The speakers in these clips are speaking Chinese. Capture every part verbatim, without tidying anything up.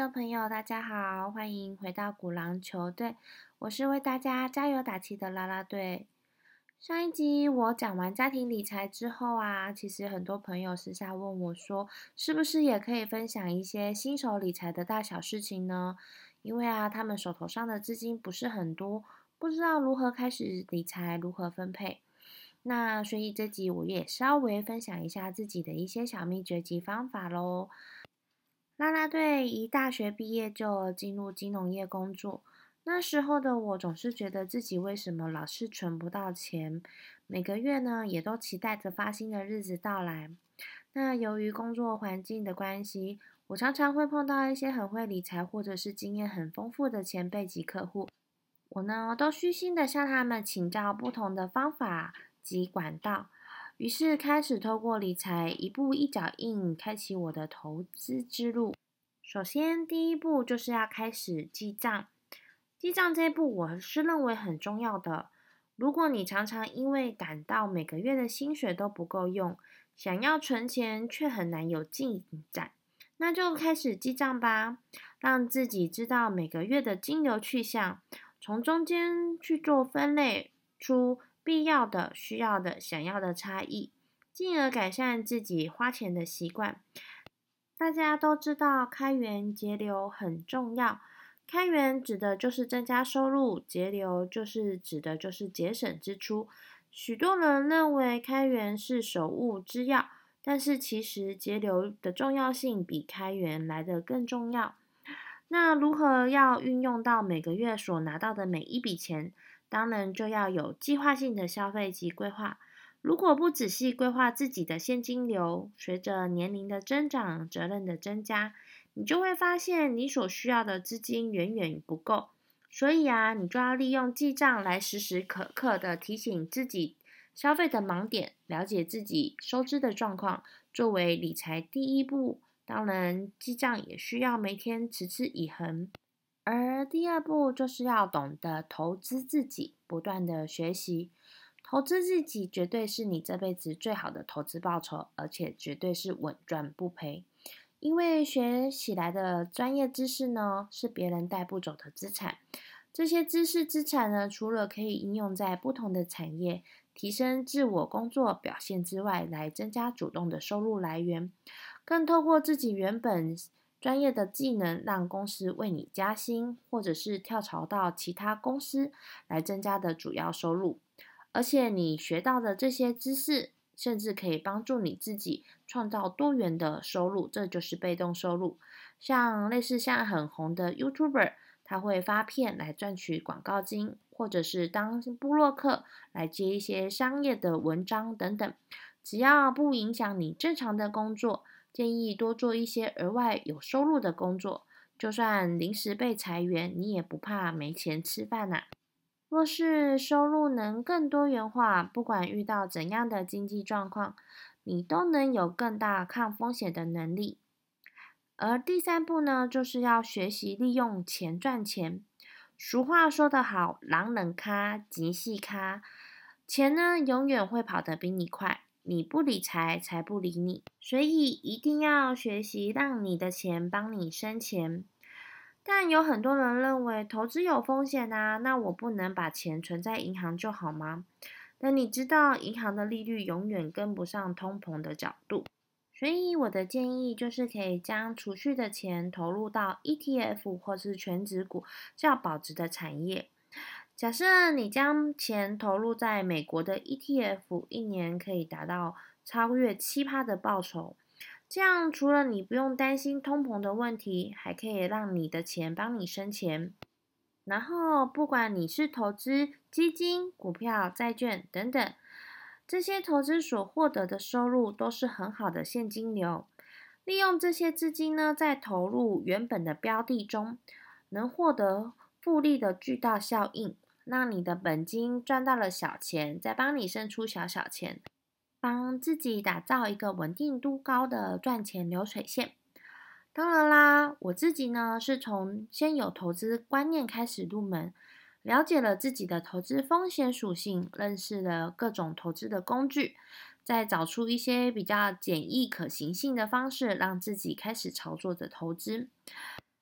众朋友，大家好，欢迎回到鼓狼球队，我是为大家加油打气的啦啦队。上一集我讲完家庭理财之后啊，其实很多朋友私下问我说，是不是也可以分享一些新手理财的大小事情呢？因为啊，他们手头上的资金不是很多，不知道如何开始理财，如何分配。那所以这集我也稍微分享一下自己的一些小秘诀及方法咯。啦啦队一大学毕业就进入金融业工作，那时候的我总是觉得自己为什么老是存不到钱，每个月呢也都期待着发薪的日子到来。那由于工作环境的关系，我常常会碰到一些很会理财或者是经验很丰富的前辈及客户，我呢都虚心的向他们请教不同的方法及管道。于是开始透过理财一步一脚印，开启我的投资之路。首先，第一步就是要开始记账。记账这一步，我是认为很重要的。如果你常常因为感到每个月的薪水都不够用，想要存钱却很难有进展，那就开始记账吧，让自己知道每个月的金流去向，从中间去做分类出必要的、需要的、想要的差异，进而改善自己花钱的习惯。大家都知道开源节流很重要，开源指的就是增加收入，节流就是指的就是节省支出。许多人认为开源是手务之要，但是其实节流的重要性比开源来得更重要。那如何要运用到每个月所拿到的每一笔钱？当然就要有计划性的消费及规划。如果不仔细规划自己的现金流，随着年龄的增长、责任的增加，你就会发现你所需要的资金远远不够。所以啊，你就要利用记账来时时刻刻的提醒自己消费的盲点，了解自己收支的状况，作为理财第一步。当然，记账也需要每天持之以恒。而第二步就是要懂得投资自己，不断的学习。投资自己绝对是你这辈子最好的投资报酬，而且绝对是稳赚不赔。因为学起来的专业知识呢，是别人带不走的资产。这些知识资产呢，除了可以应用在不同的产业，提升自我工作表现之外，来增加主动的收入来源，更透过自己原本专业的技能，让公司为你加薪，或者是跳槽到其他公司来增加的主要收入。而且你学到的这些知识，甚至可以帮助你自己创造多元的收入，这就是被动收入。像类似像很红的 YouTuber， 他会发片来赚取广告金，或者是当部落客来接一些商业的文章等等。只要不影响你正常的工作，建议多做一些额外有收入的工作，就算临时被裁员，你也不怕没钱吃饭呐、啊。若是收入能更多元化，不管遇到怎样的经济状况，你都能有更大抗风险的能力。而第三步呢，就是要学习利用钱赚钱。俗话说得好，狼人咖，吉细咖，钱呢永远会跑得比你快，你不理财，财不理你。所以一定要学习让你的钱帮你生钱。但有很多人认为投资有风险啊，那我不能把钱存在银行就好吗？但你知道银行的利率永远跟不上通膨的角度，所以我的建议就是可以将储蓄的钱投入到 E T F 或是全指股较保值的产业。假设你将钱投入在美国的 E T F， 一年可以达到超越 百分之七 的报酬。这样除了你不用担心通膨的问题，还可以让你的钱帮你生钱。然后不管你是投资基金、股票、债券等等，这些投资所获得的收入都是很好的现金流。利用这些资金呢，再投入原本的标的中，能获得复利的巨大效应，让你的本金赚到了小钱，再帮你生出小小钱。帮自己打造一个稳定度高的赚钱流水线。当然啦，我自己呢是从先有投资观念开始入门，了解了自己的投资风险属性，认识了各种投资的工具，再找出一些比较简易可行性的方式，让自己开始操作的投资。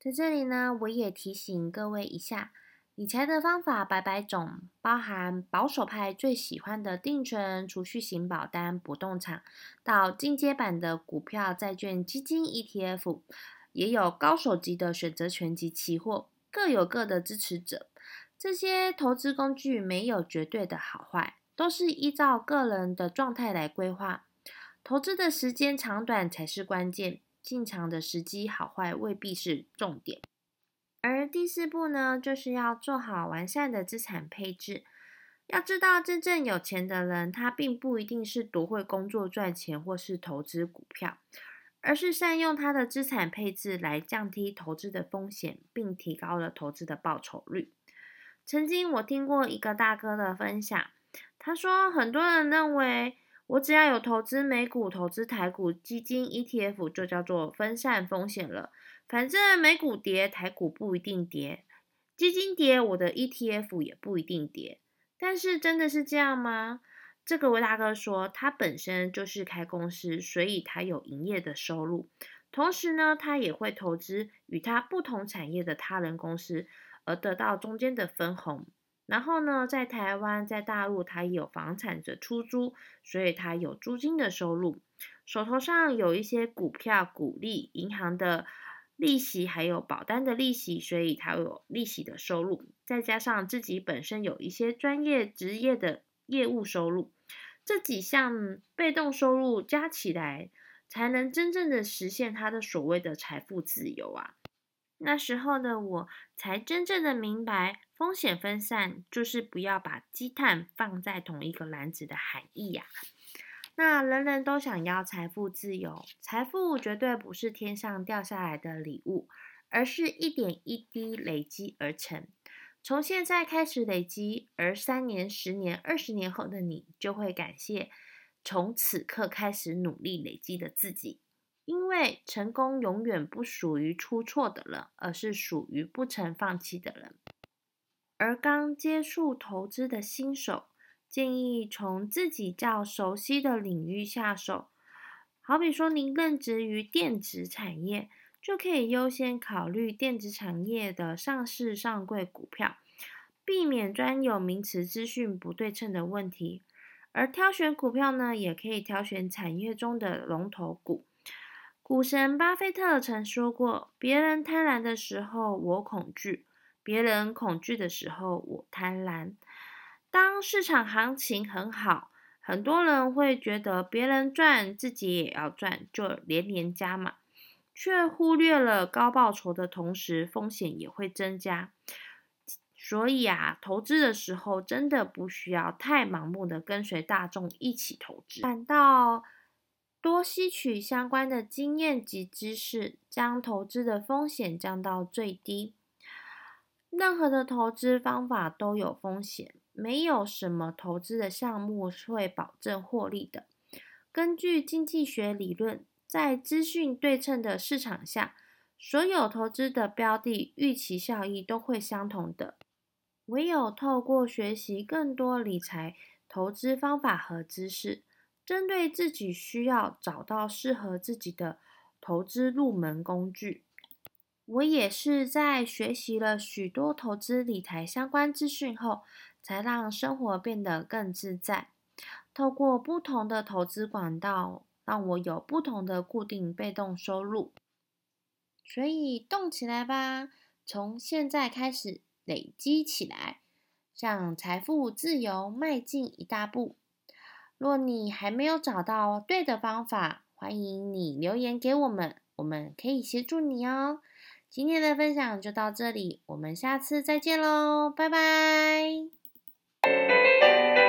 在这里呢，我也提醒各位一下，理财的方法百百种，包含保守派最喜欢的定存、储蓄型保单、不动产，到进阶版的股票、债券、基金、E T F， 也有高手级的选择权及期货，各有各的支持者。这些投资工具没有绝对的好坏，都是依照个人的状态来规划。投资的时间长短才是关键，进场的时机好坏未必是重点。而第四步呢，就是要做好完善的资产配置。要知道，真正有钱的人，他并不一定是多会工作赚钱或是投资股票，而是善用他的资产配置来降低投资的风险，并提高了投资的报酬率。曾经我听过一个大哥的分享，他说很多人认为我只要有投资美股、投资台股、基金、E T F 就叫做分散风险了，反正美股跌，台股不一定跌，基金跌，我的 E T F 也不一定跌。但是真的是这样吗？这个位大哥说，他本身就是开公司，所以他有营业的收入，同时呢，他也会投资与他不同产业的他人公司，而得到中间的分红。然后呢，在台湾、在大陆，他也有房产的出租，所以他有租金的收入。手头上有一些股票、股利、银行的利息，还有保单的利息，所以他有利息的收入。再加上自己本身有一些专业职业的业务收入，这几项被动收入加起来，才能真正的实现他的所谓的财富自由啊。那时候的我才真正的明白，风险分散就是不要把鸡蛋放在同一个篮子的含义呀。那人人都想要财富自由，财富绝对不是天上掉下来的礼物，而是一点一滴累积而成。从现在开始累积，而三年、十年、二十年后的你，就会感谢从此刻开始努力累积的自己。因为成功永远不属于出错的人，而是属于不曾放弃的人。而刚接触投资的新手，建议从自己较熟悉的领域下手。好比说您任职于电子产业，就可以优先考虑电子产业的上市上柜股票，避免专有名词资讯不对称的问题。而挑选股票呢，也可以挑选产业中的龙头股。股神巴菲特曾说过，别人贪婪的时候我恐惧，别人恐惧的时候我贪婪。当市场行情很好，很多人会觉得别人赚自己也要赚，就连连加码，却忽略了高报酬的同时风险也会增加。所以啊，投资的时候真的不需要太盲目的跟随大众一起投资，反倒多吸取相关的经验及知识，将投资的风险降到最低。任何的投资方法都有风险，没有什么投资的项目是会保证获利的。根据经济学理论，在资讯对称的市场下，所有投资的标的预期效益都会相同的。唯有透过学习更多理财投资方法和知识，针对自己需要找到适合自己的投资入门工具。我也是在学习了许多投资理财相关资讯后，才让生活变得更自在。透过不同的投资管道，让我有不同的固定被动收入。所以动起来吧，从现在开始累积起来，向财富自由迈进一大步。若你还没有找到对的方法，欢迎你留言给我们，我们可以协助你哦。今天的分享就到这里，我们下次再见喽，拜拜。